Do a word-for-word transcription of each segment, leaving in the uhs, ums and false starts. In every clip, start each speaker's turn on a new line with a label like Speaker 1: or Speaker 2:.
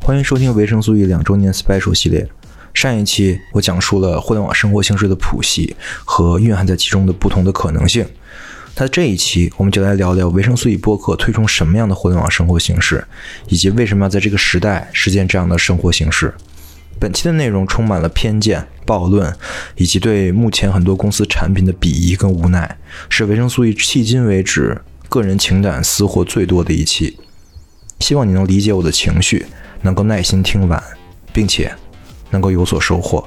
Speaker 1: 欢迎收听维生素 E 两周年 Special 系列。上一期我讲述了互联网生活形式的谱系和蕴含在其中的不同的可能性。那这一期我们就来聊聊维生素 E 播客推崇什么样的互联网生活形式，以及为什么要在这个时代实践这样的生活形式。本期的内容充满了偏见、暴论，以及对目前很多公司产品的鄙夷跟无奈，是维生素 E 迄今为止个人情感私货最多的一期。希望你能理解我的情绪，能够耐心听完，并且能够有所收获。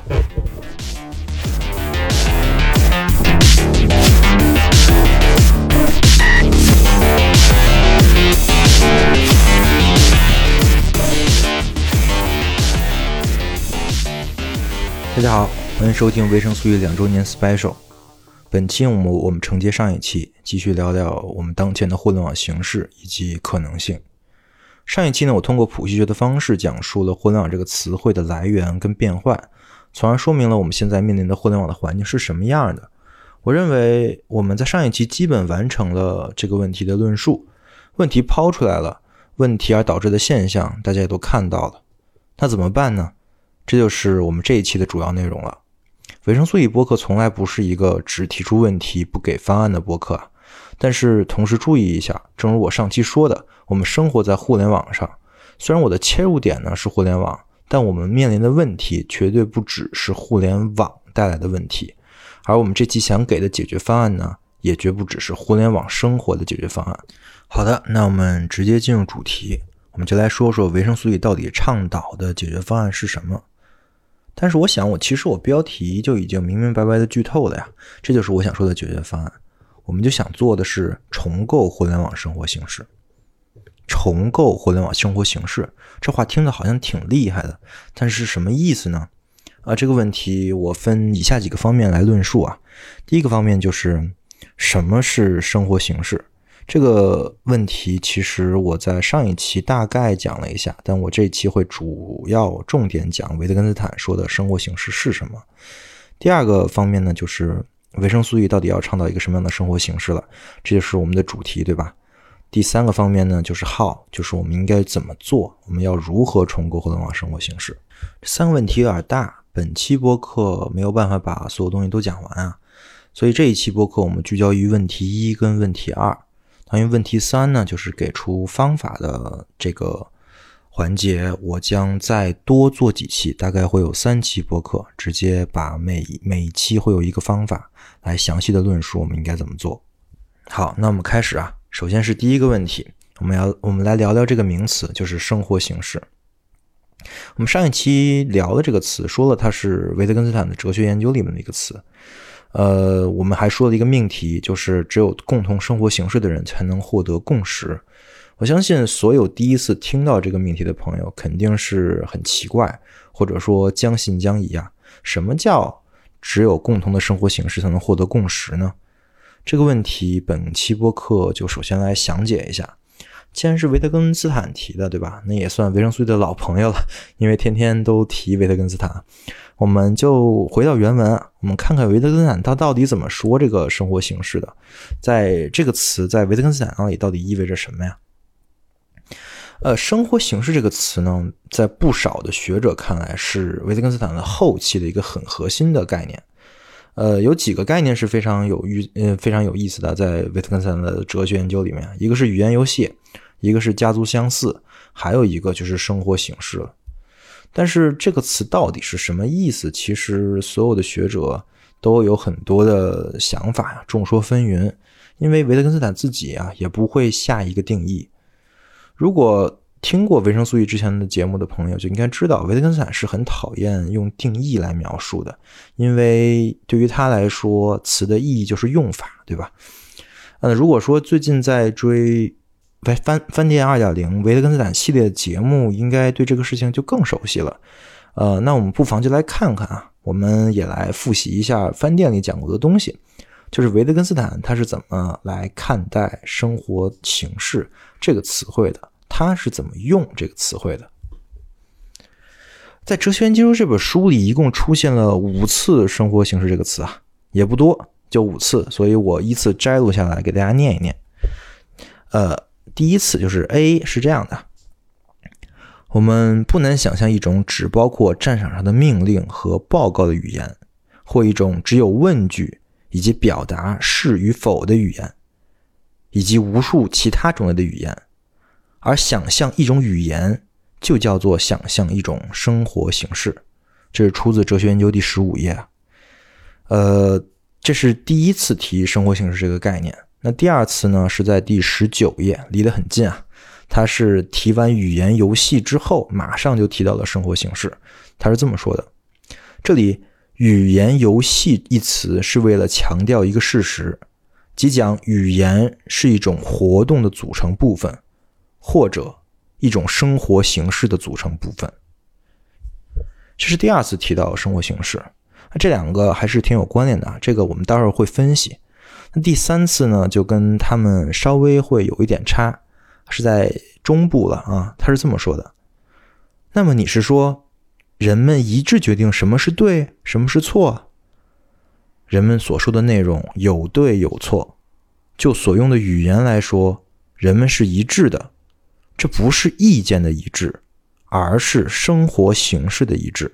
Speaker 1: 大家好，欢迎收听维生素 E 两周年 Special。本期我们我们承接上一期，继续聊聊我们当前的互联网形势以及可能性。上一期呢，我通过谱系学的方式讲述了互联网这个词汇的来源跟变换，从而说明了我们现在面临的互联网的环境是什么样的。我认为我们在上一期基本完成了这个问题的论述，问题抛出来了，问题而导致的现象大家也都看到了。那怎么办呢？这就是我们这一期的主要内容了。维生素 E 播客从来不是一个只提出问题不给方案的播客啊，但是同时注意一下，正如我上期说的，我们生活在互联网上，虽然我的切入点呢是互联网，但我们面临的问题绝对不只是互联网带来的问题，而我们这期想给的解决方案呢，也绝不只是互联网生活的解决方案。好的，那我们直接进入主题，我们就来说说维生素 E 到底倡导的解决方案是什么。但是我想我其实我标题就已经明明白白的剧透了呀，这就是我想说的解决方案。我们就想做的是重构互联网生活形式。重构互联网生活形式，这话听着好像挺厉害的，但是什么意思呢？啊，这个问题我分以下几个方面来论述啊。第一个方面就是什么是生活形式？这个问题其实我在上一期大概讲了一下，但我这一期会主要重点讲维特根斯坦说的生活形式是什么。第二个方面呢，就是维生素 E 到底要倡导一个什么样的生活形式了，这就是我们的主题，对吧？第三个方面呢，就是 how， 就是我们应该怎么做，我们要如何重构互联网生活形式。这三个问题有点大，本期播客没有办法把所有东西都讲完啊，所以这一期播客我们聚焦于问题一跟问题二。关于问题三呢，就是给出方法的这个环节，我将再多做几期，大概会有三期播客，直接把每每一期会有一个方法来详细的论述我们应该怎么做。好，那我们开始啊。首先是第一个问题，我们要我们来聊聊这个名词，就是生活形式。我们上一期聊的这个词，说了它是维特根斯坦的哲学研究里面的一个词。呃，我们还说了一个命题，就是只有共同生活形式的人才能获得共识。我相信所有第一次听到这个命题的朋友肯定是很奇怪，或者说将信将疑啊。什么叫只有共同的生活形式才能获得共识呢？这个问题本期播客就首先来详解一下。既然是维特根斯坦提的，对吧？那也算维生素 E 的老朋友了，因为天天都提维特根斯坦。我们就回到原文啊，我们看看维特根斯坦他到底怎么说这个生活形式的，在这个词在维特根斯坦那里到底意味着什么呀？呃，生活形式这个词呢，在不少的学者看来是维特根斯坦的后期的一个很核心的概念。呃，有几个概念是非常有意呃非常有意思的，在维特根斯坦的哲学研究里面，一个是语言游戏，一个是家族相似，还有一个就是生活形式了。但是这个词到底是什么意思？其实所有的学者都有很多的想法呀，众说纷纭。因为维特根斯坦自己啊也不会下一个定义。如果听过维生素 E 之前的节目的朋友就应该知道，维特根斯坦是很讨厌用定义来描述的，因为对于他来说，词的意义就是用法，对吧？呃，如果说最近在追翻翻店 二点零 维特根斯坦系列的节目，应该对这个事情就更熟悉了。呃，那我们不妨就来看看啊，我们也来复习一下翻店里讲过的东西，就是维特根斯坦他是怎么来看待生活形式这个词汇的，他是怎么用这个词汇的。在《哲学研究》这本书里，一共出现了五次生活形式这个词啊，也不多，就五次，所以我依次摘录下来给大家念一念。呃，第一次就是 A 是这样的， 我们不难想象一种只包括战场上的命令和报告的语言，或一种只有问句以及表达是与否的语言，以及无数其他种类的语言。而想象一种语言就叫做想象一种生活形式。这是出自《哲学研究》第十五页。呃，这是第一次提生活形式这个概念。那第二次呢，是在第十九页，离得很近啊。他是提完语言游戏之后，马上就提到了生活形式。他是这么说的：这里语言游戏一词是为了强调一个事实，即讲语言是一种活动的组成部分，或者一种生活形式的组成部分。这是第二次提到生活形式，这两个还是挺有关联的，这个我们待会儿会分析。那第三次呢，就跟他们稍微会有一点差，是在中部了啊。他是这么说的：那么你是说人们一致决定什么是对，什么是错？人们所说的内容有对有错，就所用的语言来说，人们是一致的。这不是意见的一致，而是生活形式的一致。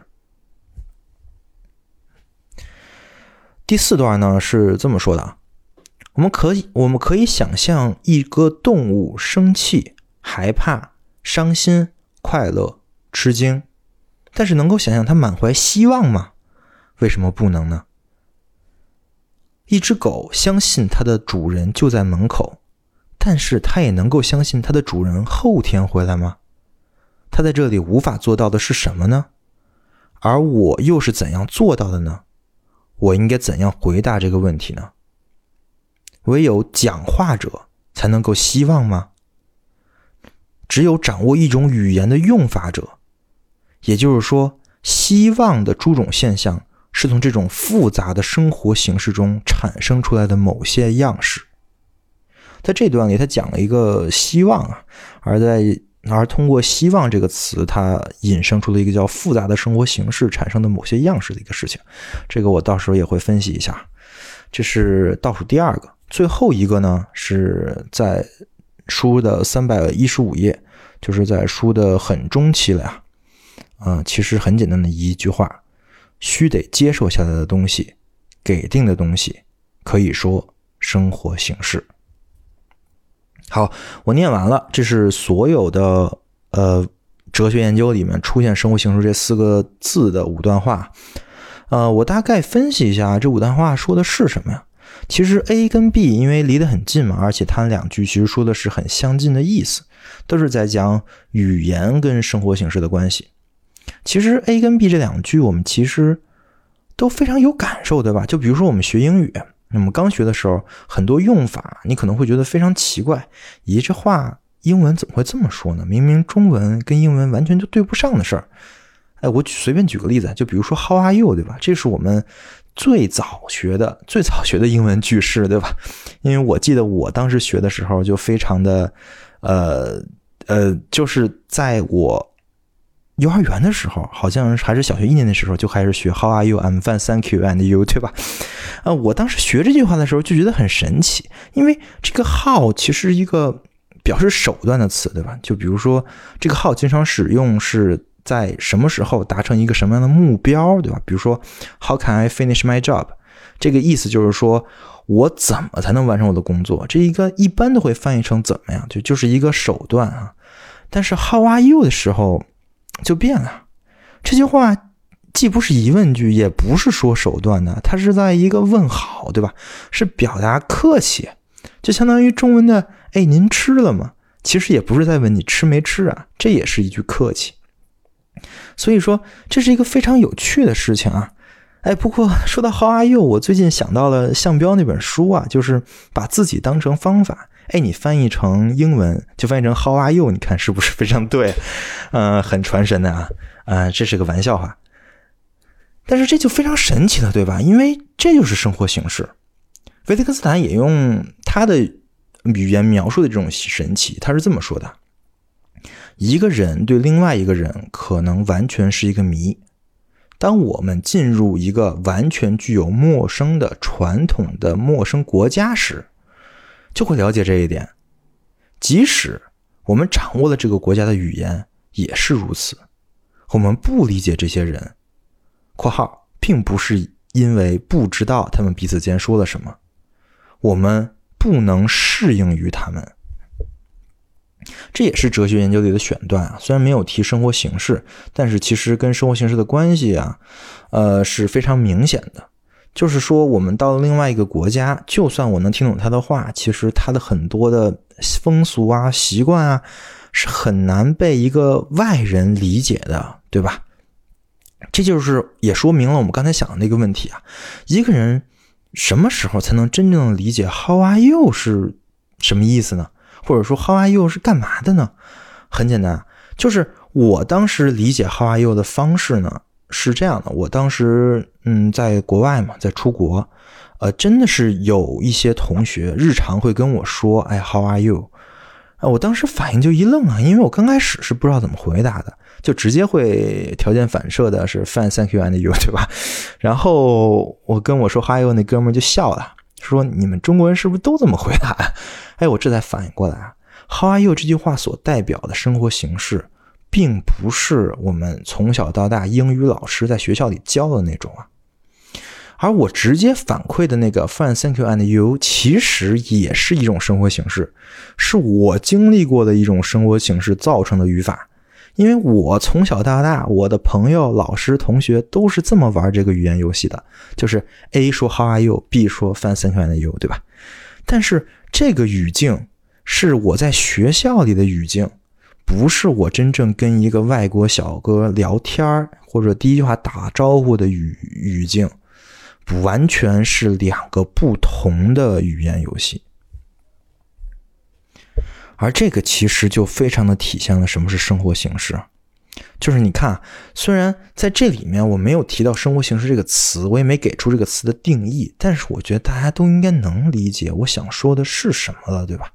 Speaker 1: 第四段呢是这么说的：我们可以我们可以想象一个动物生气、害怕、伤心、快乐、吃惊，但是能够想象它满怀希望吗？为什么不能呢？一只狗相信它的主人就在门口，但是它也能够相信它的主人后天回来吗？它在这里无法做到的是什么呢？而我又是怎样做到的呢？我应该怎样回答这个问题呢？唯有讲话者才能够希望吗？只有掌握一种语言的用法者，也就是说，希望的诸种现象是从这种复杂的生活形式中产生出来的某些样式。在这段里他讲了一个希望啊，而在而通过希望这个词，它引申出了一个叫复杂的生活形式产生的某些样式的一个事情。这个我到时候也会分析一下。这是倒数第二个。最后一个呢，是在书的三百一十五页，就是在书的很中期了呀。呃，其实很简单的一句话：须得接受下来的东西，给定的东西，可以说生活形式。好，我念完了，这是所有的呃哲学研究里面出现生活形式这四个字的五段话。呃，我大概分析一下这五段话说的是什么呀？其实 A 跟 B 因为离得很近嘛，而且它两句其实说的是很相近的意思，都是在讲语言跟生活形式的关系。其实 A 跟 B 这两句我们其实都非常有感受，对吧？就比如说我们学英语，那么刚学的时候，很多用法你可能会觉得非常奇怪，咦，这话英文怎么会这么说呢？明明中文跟英文完全就对不上的事儿。哎，我随便举个例子，就比如说 How are you， 对吧？这是我们最早学的最早学的英文句式，对吧？因为我记得我当时学的时候就非常的呃呃，就是在我幼儿园的时候，好像还是小学一年的时候就开始学 How are you, I'm fine, thank you, and you， 对吧？呃，我当时学这句话的时候就觉得很神奇，因为这个 how 其实是一个表示手段的词，对吧？就比如说这个 how 经常使用是在什么时候达成一个什么样的目标，对吧？比如说 How can I finish my job， 这个意思就是说我怎么才能完成我的工作，这一个一般都会翻译成怎么样，就就是一个手段啊。但是 How are you 的时候就变了，这句话既不是疑问句，也不是说手段的，它是在一个问好，对吧？是表达客气，就相当于中文的哎，您吃了吗？其实也不是在问你吃没吃啊，这也是一句客气。所以说这是一个非常有趣的事情啊。哎，不过说到 How are you， 我最近想到了项彪那本书啊，就是把自己当成方法。哎，你翻译成英文就翻译成 How are you， 你看是不是非常对？呃，很传神的啊。呃，这是个玩笑话。但是这就非常神奇了，对吧？因为这就是生活形式。维特根斯坦也用他的语言描述的这种神奇，他是这么说的：一个人对另外一个人可能完全是一个谜。当我们进入一个完全具有陌生的传统的陌生国家时，就会了解这一点。即使我们掌握了这个国家的语言， 也是如此。我们不理解这些人（括号并不是因为不知道他们彼此间说了什么），我们不能适应于他们。这也是哲学研究里的选段啊，虽然没有提生活形式，但是其实跟生活形式的关系啊，呃是非常明显的。就是说我们到了另外一个国家，就算我能听懂他的话，其实他的很多的风俗啊、习惯啊，是很难被一个外人理解的，对吧？这就是也说明了我们刚才想的那个问题啊，一个人什么时候才能真正理解 How are you 是什么意思呢？或者说 How are you 是干嘛的呢？很简单，就是我当时理解 How are you 的方式呢是这样的，我当时嗯在国外嘛，在出国，呃真的是有一些同学日常会跟我说，哎 How are you？ 呃我当时反应就一愣啊，因为我刚开始是不知道怎么回答的，就直接会条件反射的是 Fine thank you and you， 对吧？然后我跟我说 How are you 那哥们就笑了，说你们中国人是不是都这么回答呀？哎，我这才反应过来啊 How are you 这句话所代表的生活形式并不是我们从小到大英语老师在学校里教的那种啊，而我直接反馈的那个 Fine thank you and you 其实也是一种生活形式，是我经历过的一种生活形式造成的语法。因为我从小到大，我的朋友、老师、同学都是这么玩这个语言游戏的，就是 A 说 How are you， B 说 Fine thank you and you， 对吧？但是这个语境是我在学校里的语境，不是我真正跟一个外国小哥聊天或者第一句话打招呼的语语境，完全是两个不同的语言游戏。而这个其实就非常的体现了什么是生活形式。就是你看，虽然在这里面我没有提到生活形式这个词，我也没给出这个词的定义，但是我觉得大家都应该能理解我想说的是什么了，对吧？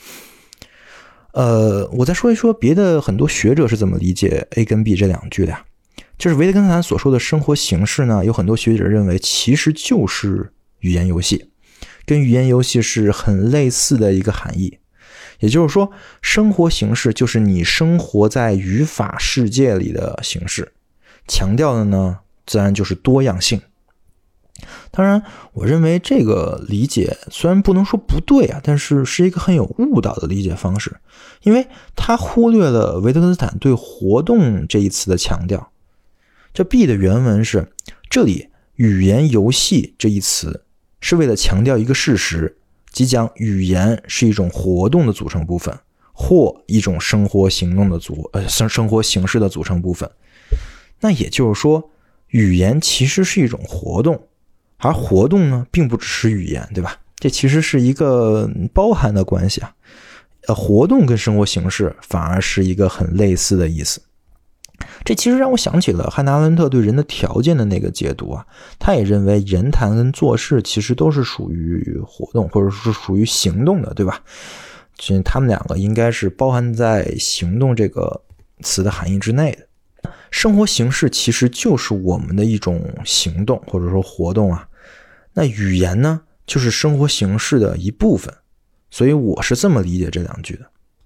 Speaker 1: 呃，我再说一说别的很多学者是怎么理解 A 跟 B 这两句的呀。就是维特根斯坦所说的生活形式呢，有很多学者认为其实就是语言游戏，跟语言游戏是很类似的一个含义。也就是说，生活形式就是你生活在语法世界里的形式，强调的呢，自然就是多样性。当然，我认为这个理解虽然不能说不对啊，但是是一个很有误导的理解方式，因为它忽略了维特根斯坦对活动这一词的强调。这 B 的原文是，这里语言游戏这一词是为了强调一个事实，即讲语言是一种活动的组成部分，或一种生活行动的组呃生生活形式的组成部分。那也就是说，语言其实是一种活动，而活动呢，并不只是语言，对吧？这其实是一个包含的关系啊。呃，活动跟生活形式反而是一个很类似的意思。这其实让我想起了汉娜·阿伦特对人的条件的那个解读啊，他也认为言谈跟做事其实都是属于活动，或者是属于行动的，对吧？所以他们两个应该是包含在行动这个词的含义之内的。生活形式其实就是我们的一种行动或者说活动啊，那语言呢，就是生活形式的一部分，所以我是这么理解这两句的。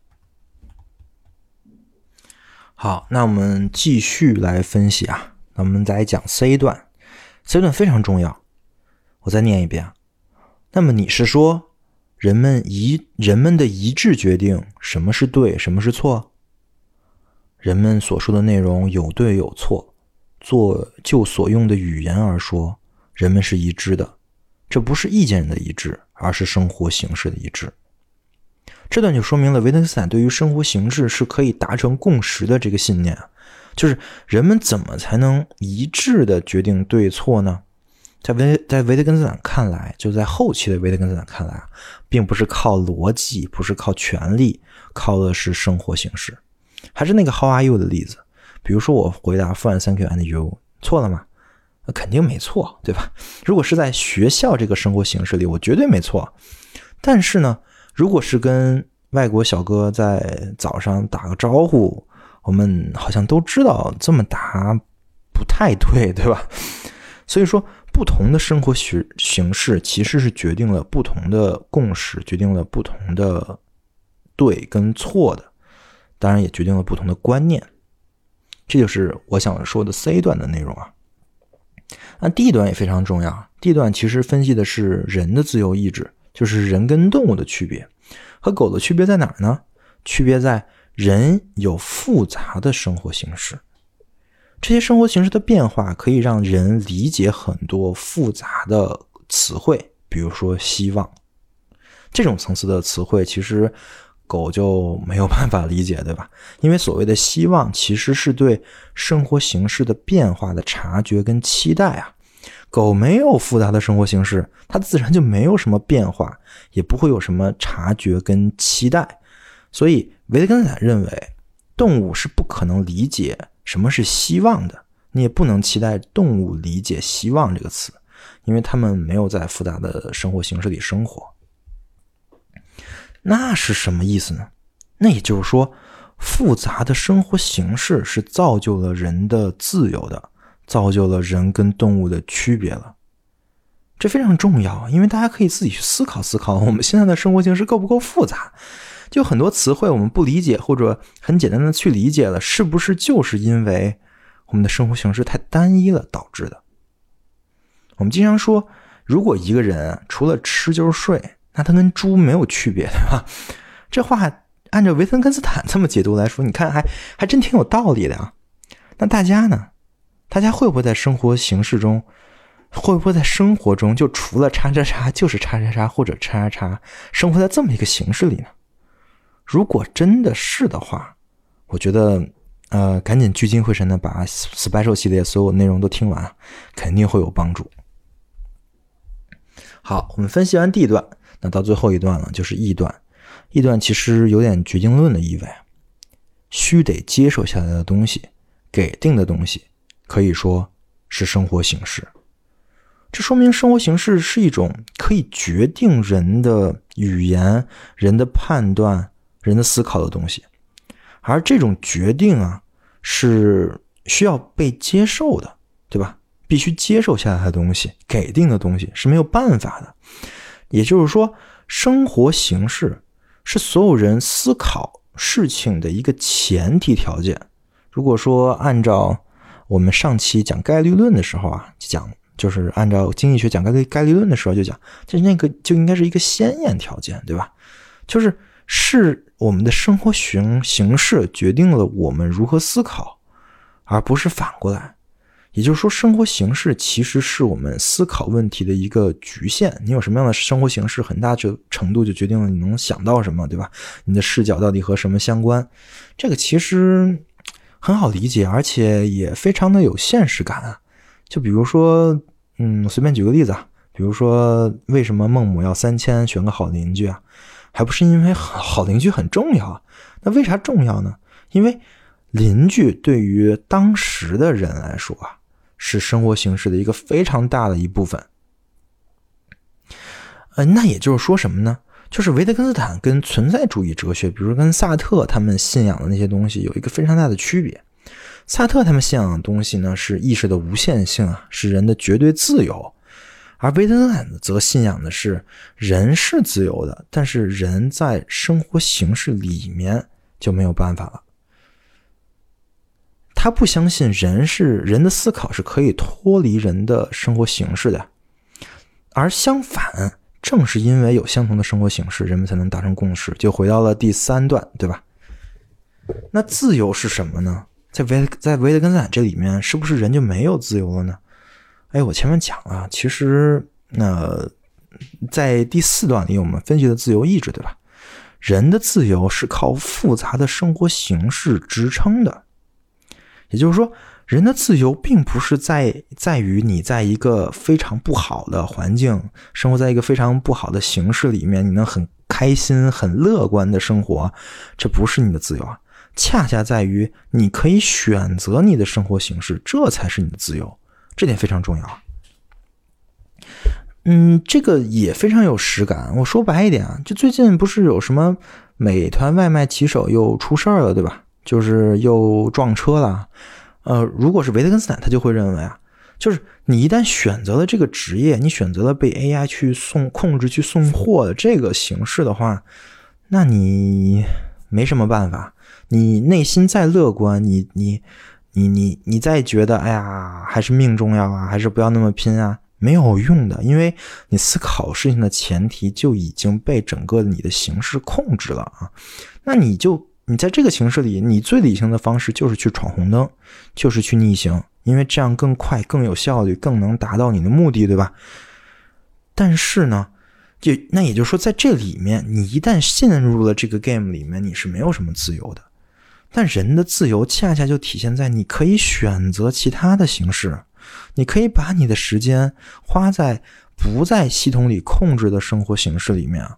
Speaker 1: 好，那我们继续来分析啊。那我们再讲 C 段 ，C 段非常重要。我再念一遍啊。那么你是说，人们一人们的一致决定什么是对，什么是错？人们所说的内容有对有错，做就所用的语言而说，人们是一致的。这不是意见人的一致，而是生活形式的一致。这段就说明了维特根斯坦对于生活形式是可以达成共识的这个信念，就是人们怎么才能一致的决定对错呢？在维在维特根斯坦看来，就在后期的维特根斯坦看来啊，并不是靠逻辑，不是靠权力，靠的是生活形式。还是那个 How are you 的例子，比如说我回答 Fine thank you and you 错了吗？肯定没错，对吧？如果是在学校这个生活形式里，我绝对没错。但是呢，如果是跟外国小哥在早上打个招呼，我们好像都知道这么答不太对，对吧？所以说，不同的生活形式其实是决定了不同的共识，决定了不同的对跟错的，当然也决定了不同的观念。 这就是我想说的 C 段的内容啊。那 D 段也非常重要 ，D 段其实分析的是人的自由意志，就是人跟动物的区别。和狗的区别在哪儿呢？区别在人有复杂的生活形式，这些生活形式的变化可以让人理解很多复杂的词汇，比如说希望。这种层次的词汇其实狗就没有办法理解，对吧？因为所谓的希望其实是对生活形式的变化的察觉跟期待啊。狗没有复杂的生活形式，它自然就没有什么变化，也不会有什么察觉跟期待。所以维特根斯坦认为动物是不可能理解什么是希望的，你也不能期待动物理解希望这个词，因为它们没有在复杂的生活形式里生活。那是什么意思呢？那也就是说，复杂的生活形式是造就了人的自由的，造就了人跟动物的区别了。这非常重要，因为大家可以自己去思考思考，我们现在的生活形式够不够复杂？就很多词汇我们不理解，或者很简单的去理解了，是不是就是因为我们的生活形式太单一了导致的？我们经常说，如果一个人除了吃就是睡，那他跟猪没有区别，对吧？这话按照维特根斯坦这么解读来说，你看还还真挺有道理的啊。那大家呢？大家会不会在生活形式中，会不会在生活中就除了叉叉叉就是叉叉叉或者叉叉叉，生活在这么一个形式里呢？如果真的是的话，我觉得呃，赶紧聚精会神的把 Special 系列所有内容都听完，肯定会有帮助。好，我们分析完 D 段，那到最后一段了，就是 E 段。E 段其实有点决定论的意味，须得接受下来的东西，给定的东西，可以说是生活形式。这说明生活形式是一种可以决定人的语言、人的判断、人的思考的东西，而这种决定啊，是需要被接受的，对吧？必须接受下来的东西，给定的东西是没有办法的。也就是说，生活形式是所有人思考事情的一个前提条件。如果说按照我们上期讲概率论的时候啊，讲就是按照经济学讲概率概率论的时候就讲，这那个就应该是一个先验条件，对吧？就是是我们的生活形形式决定了我们如何思考，而不是反过来。也就是说，生活形式其实是我们思考问题的一个局限。你有什么样的生活形式，很大程度就决定了你能想到什么，对吧？你的视角到底和什么相关？这个其实很好理解，而且也非常的有现实感啊。就比如说，嗯，随便举个例子啊，比如说为什么孟母要三迁选个好邻居啊？还不是因为好邻居很重要啊？那为啥重要呢？因为邻居对于当时的人来说啊，是生活形式的一个非常大的一部分。呃，那也就是说什么呢？就是维特根斯坦跟存在主义哲学，比如跟萨特他们信仰的那些东西有一个非常大的区别。萨特他们信仰的东西呢，是意识的无限性啊，是人的绝对自由。而维特根斯坦则信仰的是人是自由的，但是人在生活形式里面就没有办法了。他不相信人是人的思考是可以脱离人的生活形式的，而相反，正是因为有相同的生活形式，人们才能达成共识。就回到了第三段，对吧？那自由是什么呢？在维在维特根斯坦这里面，是不是人就没有自由了呢？哎，我前面讲了，其实呃，在第四段里我们分析的自由意志，对吧？人的自由是靠复杂的生活形式支撑的。也就是说，人的自由并不是在在于你在一个非常不好的环境，生活在一个非常不好的形式里面，你能很开心、很乐观的生活，这不是你的自由啊。恰恰在于你可以选择你的生活形式，这才是你的自由，这点非常重要。嗯，这个也非常有实感。我说白一点啊，就最近不是有什么美团外卖骑手又出事儿了，对吧？就是又撞车了。呃，如果是维特根斯坦，他就会认为啊，就是你一旦选择了这个职业，你选择了被 A I 去送控制、去送货的这个形式的话，那你没什么办法。你内心再乐观，你你你你你再觉得哎呀还是命重要啊，还是不要那么拼啊，没有用的，因为你思考事情的前提就已经被整个你的形式控制了啊。那你就你在这个形式里，你最理性的方式就是去闯红灯，就是去逆行，因为这样更快更有效率，更能达到你的目的，对吧？但是呢就那也就是说在这里面你一旦陷入了这个 game 里面，你是没有什么自由的。但人的自由恰恰就体现在你可以选择其他的形式，你可以把你的时间花在不在系统里控制的生活形式里面啊。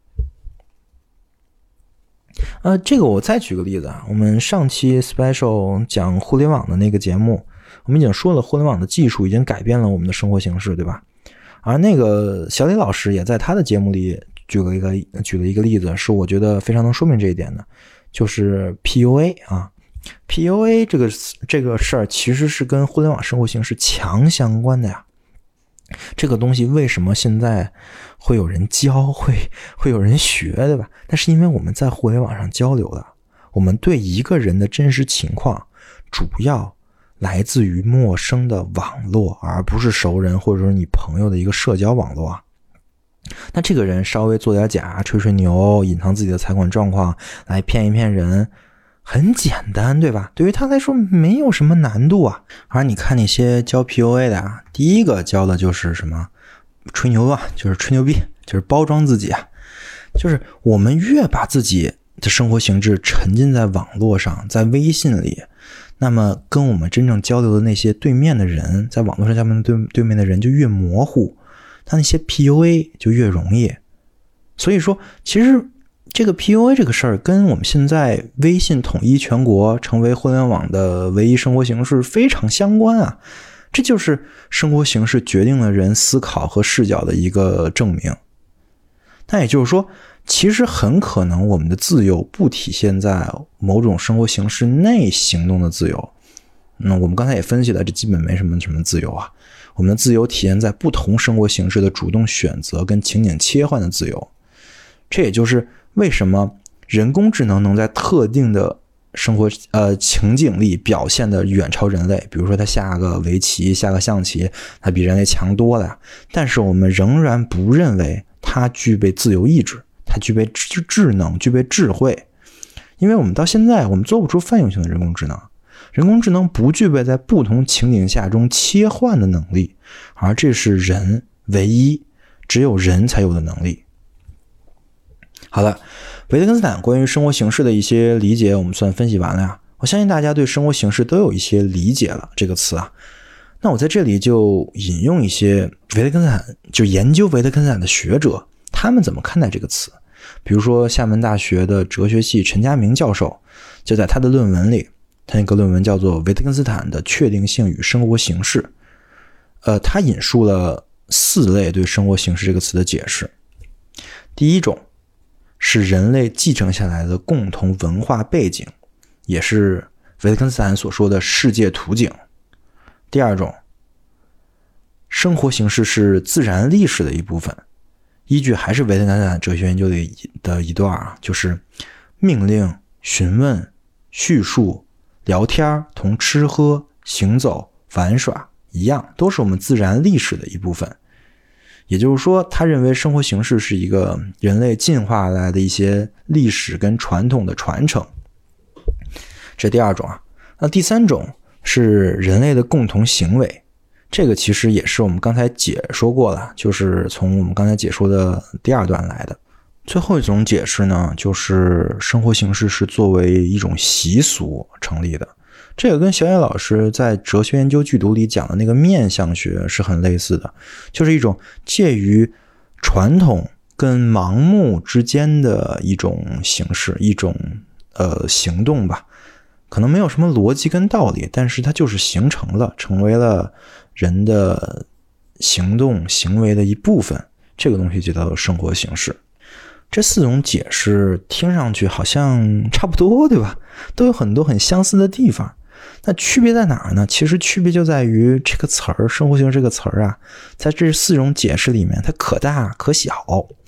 Speaker 1: 呃，这个我再举个例子啊，我们上期 special 讲互联网的那个节目，我们已经说了互联网的技术已经改变了我们的生活形式，对吧？而那个小李老师也在他的节目里举了一个举了一个例子，是我觉得非常能说明这一点的，就是 P U A 啊。P U A 这个这个事儿其实是跟互联网生活形式强相关的呀。这个东西为什么现在会有人教，会会有人学，对吧？那是因为我们在互联网上交流了，我们对一个人的真实情况主要来自于陌生的网络，而不是熟人或者说你朋友的一个社交网络啊。那这个人稍微做点假，吹吹牛，隐藏自己的财管状况，来骗一骗人，很简单，对吧？对于他来说没有什么难度啊。而你看那些教 P U A 的啊，第一个教的就是什么吹牛啊，就是吹牛逼，就是包装自己啊。就是我们越把自己的生活形式沉浸在网络上，在微信里，那么跟我们真正交流的那些对面的人，在网络上交流的对对面的人就越模糊，他那些 P U A 就越容易。所以说其实这个 P U A 这个事儿跟我们现在微信统一全国成为互联网的唯一生活形式非常相关啊。这就是生活形式决定了人思考和视角的一个证明。那也就是说其实很可能我们的自由不体现在某种生活形式内行动的自由。那我们刚才也分析了，这基本没什么什么自由啊。我们的自由体现在不同生活形式的主动选择跟情景切换的自由。这也就是为什么人工智能能在特定的生活呃情景里表现的远超人类，比如说它下个围棋，下个象棋，它比人类强多了呀。但是我们仍然不认为它具备自由意志，它具备智智能，具备智慧。因为我们到现在我们做不出泛用性的人工智能，人工智能不具备在不同情景下中切换的能力，而这是人唯一只有人才有的能力。好了，维特根斯坦关于生活形式的一些理解我们算分析完了呀。我相信大家对生活形式都有一些理解了这个词啊。那我在这里就引用一些维特根斯坦就研究维特根斯坦的学者，他们怎么看待这个词。比如说厦门大学的哲学系陈家明教授就在他的论文里，他那个论文叫做《维特根斯坦的确定性与生活形式》，呃，他引述了四类对生活形式这个词的解释。第一种是人类继承下来的共同文化背景，也是维特根斯坦所说的世界图景。第二种，生活形式是自然历史的一部分，依据还是维特根斯坦哲学研究的一段啊，就是命令、询问、叙述、聊天同吃喝、行走、玩耍一样，都是我们自然历史的一部分。也就是说，他认为生活形式是一个人类进化来的一些历史跟传统的传承。这第二种啊。那第三种是人类的共同行为，这个其实也是我们刚才解说过了，就是从我们刚才解说的第二段来的。最后一种解释呢，就是生活形式是作为一种习俗成立的。这个跟小野老师在哲学研究剧读里讲的那个面相学是很类似的，就是一种介于传统跟盲目之间的一种形式，一种呃行动吧。可能没有什么逻辑跟道理，但是它就是形成了，成为了人的行动行为的一部分。这个东西就叫做生活形式。这四种解释听上去好像差不多，对吧？都有很多很相似的地方。那区别在哪儿呢？其实区别就在于这个词儿，生活形式这个词儿啊，在这四种解释里面，它可大可小。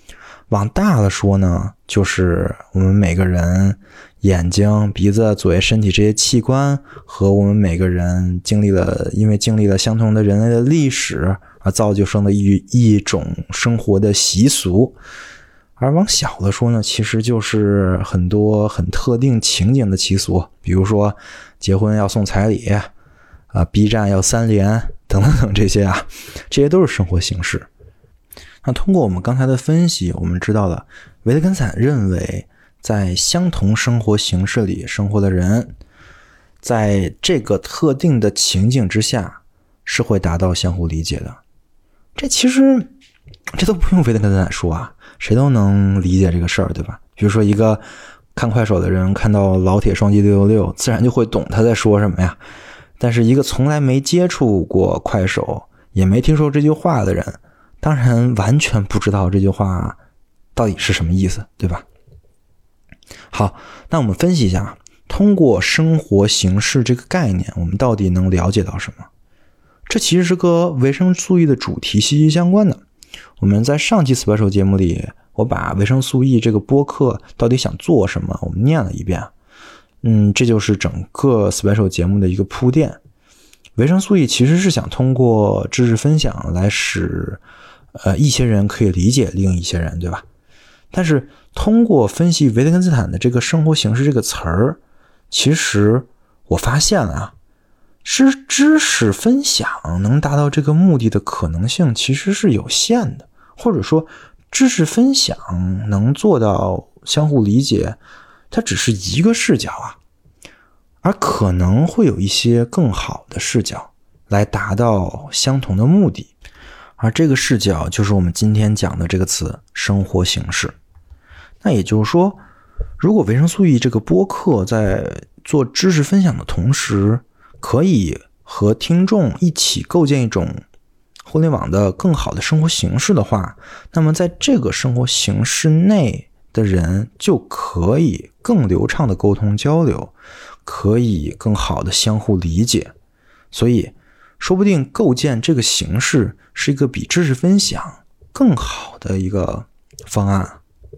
Speaker 1: 往大了说呢，就是我们每个人眼睛、鼻子、嘴、身体这些器官和我们每个人经历了，因为经历了相同的人类的历史而造就生的一一种生活的习俗。而往小了说呢，其实就是很多很特定情景的习俗，比如说结婚要送彩礼啊 ，B 站要三连等等等这些啊，这些都是生活形式。那通过我们刚才的分析，我们知道了维特根斯坦认为在相同生活形式里生活的人，在这个特定的情景之下是会达到相互理解的。这其实这都不用维特根斯坦说啊，谁都能理解这个事儿，对吧？比如说一个看快手的人看到老铁双击六六六，自然就会懂他在说什么呀。但是一个从来没接触过快手，也没听说这句话的人，当然完全不知道这句话到底是什么意思，对吧？好，那我们分析一下，通过生活形式这个概念，我们到底能了解到什么？这其实是和维生素 E 的主题息息相关的。我们在上期 Special 节目里，我把维生素 E 这个播客到底想做什么，我们念了一遍。嗯，这就是整个 Special 节目的一个铺垫。维生素 E 其实是想通过知识分享来使呃一些人可以理解另一些人，对吧？但是通过分析维特根斯坦的这个生活形式这个词儿，其实我发现了啊，是知识分享能达到这个目的的可能性其实是有限的，或者说知识分享能做到相互理解，它只是一个视角啊，而可能会有一些更好的视角来达到相同的目的，而这个视角就是我们今天讲的这个词生活形式。那也就是说，如果维生素 E 这个播客在做知识分享的同时，可以和听众一起构建一种互联网的更好的生活形式的话，那么在这个生活形式内的人就可以更流畅的沟通交流，可以更好的相互理解。所以说不定构建这个形式是一个比知识分享更好的一个方案。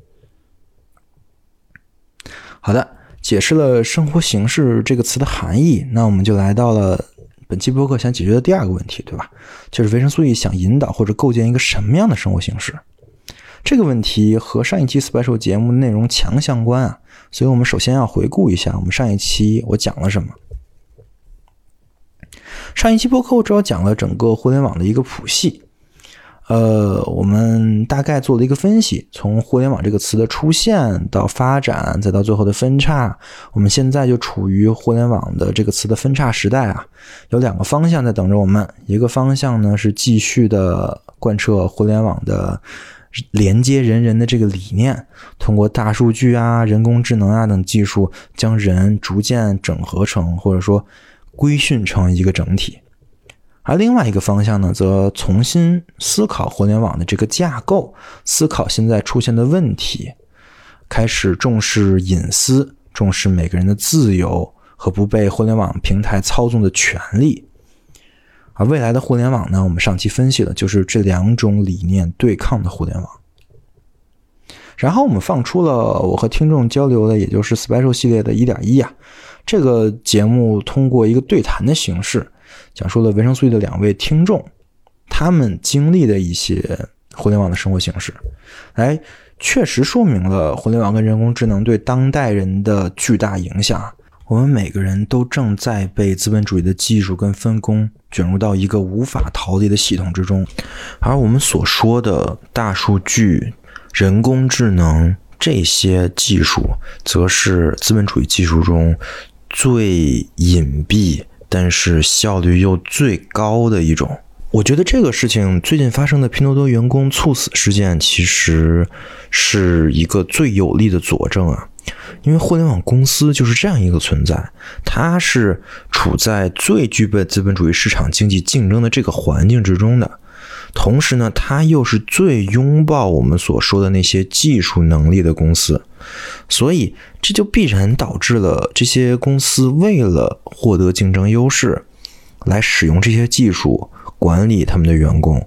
Speaker 1: 好的，解释了生活形式这个词的含义，那我们就来到了本期播客想解决的第二个问题，对吧？就是维生素 E 想引导或者构建一个什么样的生活形式？这个问题和上一期 Special 节目内容强相关啊，所以我们首先要回顾一下我们上一期我讲了什么。上一期播客我主要讲了整个互联网的一个谱系，呃，我们大概做了一个分析，从互联网这个词的出现到发展，再到最后的分叉，我们现在就处于互联网的这个词的分叉时代啊。有两个方向在等着我们，一个方向呢是继续的贯彻互联网的连接人人的这个理念，通过大数据啊、人工智能啊等技术，将人逐渐整合成或者说规训成一个整体。而另外一个方向呢，则重新思考互联网的这个架构，思考现在出现的问题，开始重视隐私，重视每个人的自由和不被互联网平台操纵的权利。而未来的互联网呢，我们上期分析了，就是这两种理念对抗的互联网。然后我们放出了我和听众交流的，也就是 Special 系列的 一点一 啊，这个节目通过一个对谈的形式，讲述了维生素 E 的两位听众他们经历的一些互联网的生活形式，来确实说明了互联网跟人工智能对当代人的巨大影响。我们每个人都正在被资本主义的技术跟分工卷入到一个无法逃离的系统之中，而我们所说的大数据、人工智能这些技术，则是资本主义技术中最隐蔽但是效率又最高的一种。我觉得这个事情最近发生的拼多多员工猝死事件其实是一个最有力的佐证啊。因为互联网公司就是这样一个存在，它是处在最具备资本主义市场经济竞争的这个环境之中的，同时呢，它又是最拥抱我们所说的那些技术能力的公司，所以这就必然导致了这些公司为了获得竞争优势，来使用这些技术管理他们的员工，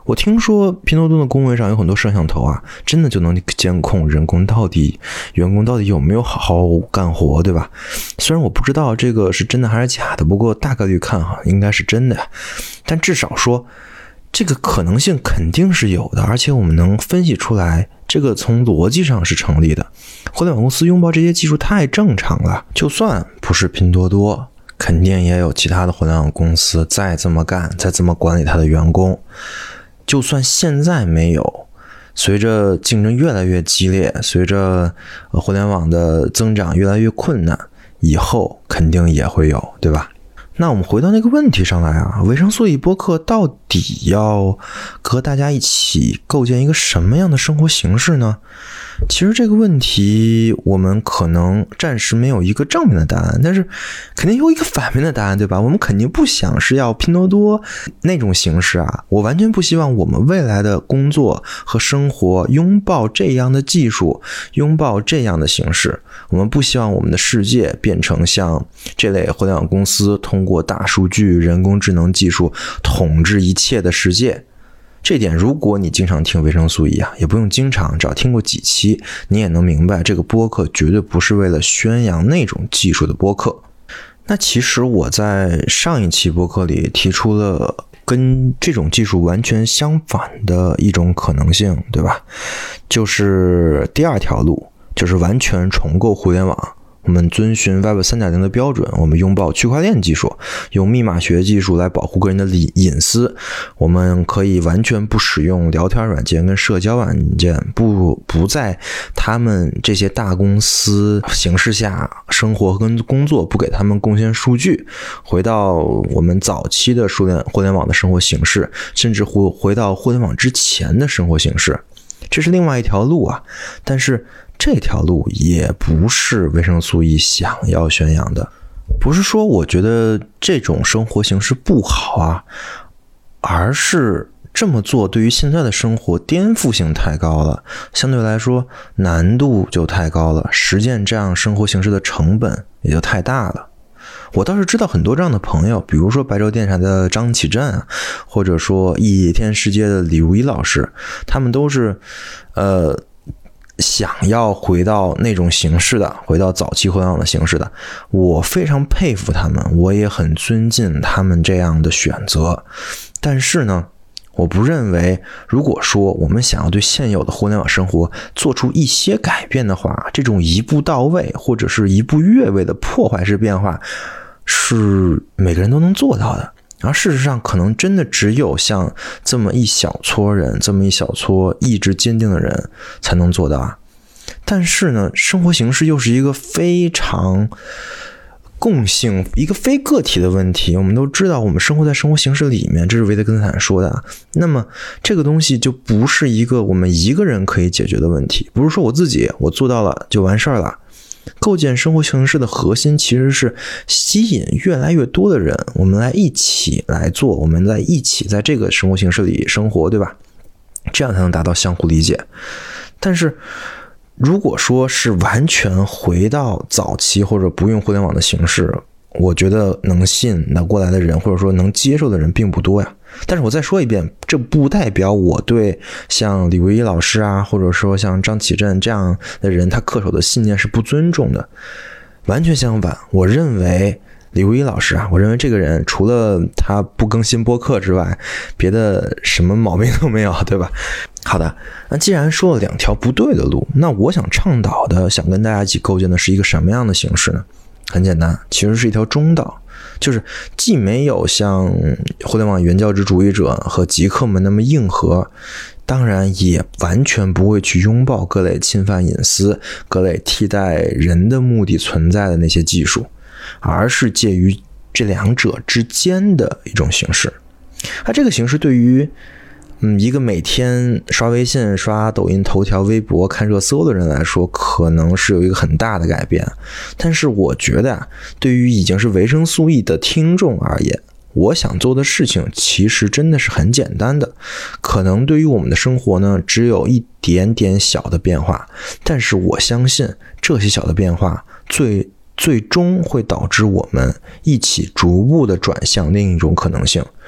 Speaker 1: 我听说拼多多的工位上有很多摄像头啊，真的就能监控人工到底员工到底有没有好好干活，对吧？虽然我不知道这个是真的还是假的，不过大概率看哈应该是真的呀。但至少说这个可能性肯定是有的，而且我们能分析出来，这个从逻辑上是成立的。互联网公司拥抱这些技术太正常了，就算不是拼多多，肯定也有其他的互联网公司再这么干，再这么管理他的员工。就算现在没有，随着竞争越来越激烈，随着互联网的增长越来越困难，以后肯定也会有，对吧？那我们回到那个问题上来啊，维生素 E 播客到底要和大家一起构建一个什么样的生活形式呢？其实这个问题我们可能暂时没有一个正面的答案，但是肯定有一个反面的答案，对吧？我们肯定不想是要拼多多那种形式啊，我完全不希望我们未来的工作和生活拥抱这样的技术，拥抱这样的形式。我们不希望我们的世界变成像这类互联网公司通过大数据、人工智能技术统治一切的世界。这点如果你经常听维生素 E 啊，也不用经常，只要听过几期，你也能明白这个播客绝对不是为了宣扬那种技术的播客。那其实我在上一期播客里提出了跟这种技术完全相反的一种可能性，对吧？就是第二条路，就是完全重构互联网。我们遵循 Web 三点零 的标准，我们拥抱区块链技术，用密码学技术来保护个人的隐私。我们可以完全不使用聊天软件跟社交软件，不不在他们这些大公司形式下生活跟工作，不给他们贡献数据，回到我们早期的互联互联网的生活形式，甚至回回到互联网之前的生活形式。这是另外一条路啊，但是这条路也不是维生素 E 想要宣扬的。不是说我觉得这种生活形式不好啊，而是这么做对于现在的生活颠覆性太高了，相对来说难度就太高了，实践这样生活形式的成本也就太大了。我倒是知道很多这样的朋友，比如说白昼电台的张启振啊，或者说一天世界的李如一老师，他们都是呃想要回到那种形式的，回到早期互联网的形式的。我非常佩服他们，我也很尊敬他们这样的选择。但是呢，我不认为如果说我们想要对现有的互联网生活做出一些改变的话，这种一步到位或者是一步越位的破坏式变化是每个人都能做到的。而事实上可能真的只有像这么一小撮人，这么一小撮意志坚定的人才能做到啊。但是呢，生活形式又是一个非常共性，一个非个体的问题。我们都知道我们生活在生活形式里面，这是维特根斯坦说的。那么这个东西就不是一个我们一个人可以解决的问题，不是说我自己我做到了就完事儿了。构建生活形式的核心其实是吸引越来越多的人，我们来一起来做，我们来一起在这个生活形式里生活，对吧？这样才能达到相互理解。但是如果说是完全回到早期或者不用互联网的形式，我觉得能信得过来的人，或者说能接受的人并不多呀。但是我再说一遍，这不代表我对像李维一老师啊，或者说像张启振这样的人他恪守的信念是不尊重的。完全相反，我认为李维一老师啊，我认为这个人除了他不更新播客之外，别的什么毛病都没有，对吧？好的，那既然说了两条不对的路，那我想倡导的，想跟大家一起构建的是一个什么样的形式呢？很简单，其实是一条中道，就是既没有像互联网原教旨主义者和极客们那么硬核，当然也完全不会去拥抱各类侵犯隐私、各类替代人的目的存在的那些技术，而是介于这两者之间的一种形式。而这个形式对于嗯，一个每天刷微信、刷抖音、头条、微博、看热搜的人来说，可能是有一个很大的改变。但是我觉得啊，对于已经是维生素 E 的听众而言，我想做的事情其实真的是很简单的。可能对于我们的生活呢，只有一点点小的变化，但是我相信这些小的变化最最终会导致我们一起逐步的转向另一种可能性。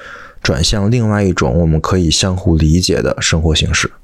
Speaker 1: 转向另外一种我们可以相互理解的生活形式。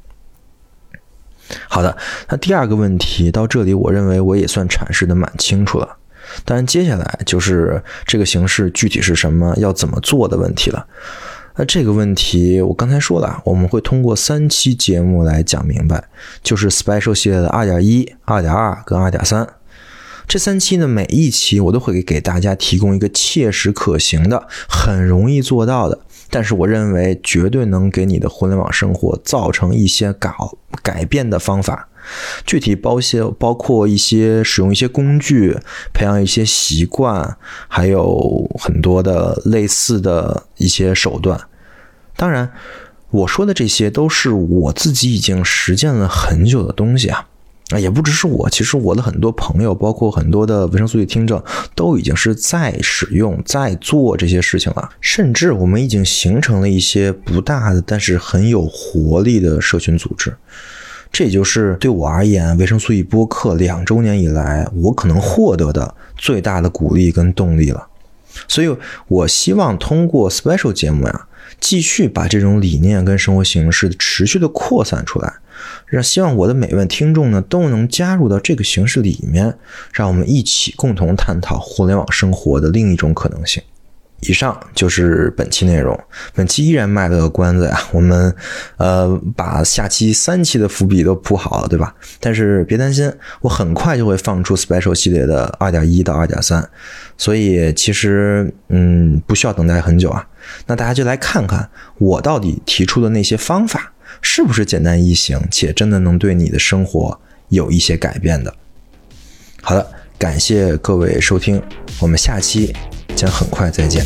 Speaker 1: 好的，那第二个问题到这里，我认为我也算阐释的蛮清楚了。当然接下来就是这个形式具体是什么，要怎么做的问题了。那这个问题我刚才说了，我们会通过三期节目来讲明白，就是 Special 系列的 二点一、二点二 跟 二点三。这三期呢，每一期我都会给大家提供一个切实可行的、很容易做到的，但是我认为绝对能给你的互联网生活造成一些改改变的方法。具体包些包括一些使用一些工具，培养一些习惯，还有很多的类似的一些手段。当然我说的这些都是我自己已经实践了很久的东西啊，也不只是我，其实我的很多朋友，包括很多的维生素 E 听众，都已经是在使用在做这些事情了。甚至我们已经形成了一些不大的但是很有活力的社群组织。这也就是对我而言，维生素 E 播客两周年以来我可能获得的最大的鼓励跟动力了。所以我希望通过 Special 节目呀，继续把这种理念跟生活形式持续的扩散出来，让希望我的每位听众呢都能加入到这个形式里面，让我们一起共同探讨互联网生活的另一种可能性。以上就是本期内容，本期依然卖了个关子呀，我们呃把下期三期的伏笔都铺好了，对吧？但是别担心，我很快就会放出 Special 系列的 二点一 到 二点三， 所以其实嗯不需要等待很久啊。那大家就来看看我到底提出的那些方法是不是简单易行，且真的能对你的生活有一些改变的。好的，感谢各位收听，我们下期将很快再见。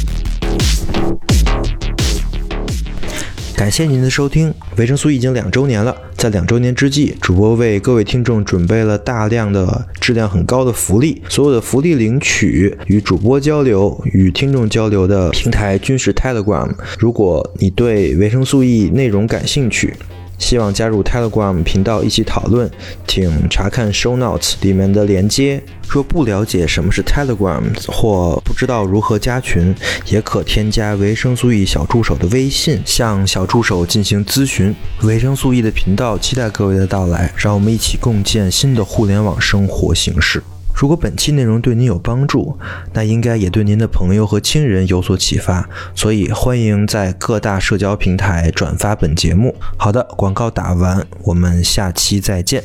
Speaker 1: 感谢您的收听，维生素已经两周年了。在两周年之际，主播为各位听众准备了大量的质量很高的福利，所有的福利领取与主播交流、与听众交流的平台均是 Telegram。如果你对维生素 E 内容感兴趣，希望加入 Telegram 频道一起讨论，请查看 Show Notes 里面的连接。若不了解什么是 Telegram 或不知道如何加群，也可添加维生素 E 小助手的微信，向小助手进行咨询。维生素 E 的频道期待各位的到来，让我们一起共建新的互联网生活形式。如果本期内容对您有帮助，那应该也对您的朋友和亲人有所启发，所以欢迎在各大社交平台转发本节目。好的，广告打完，我们下期再见。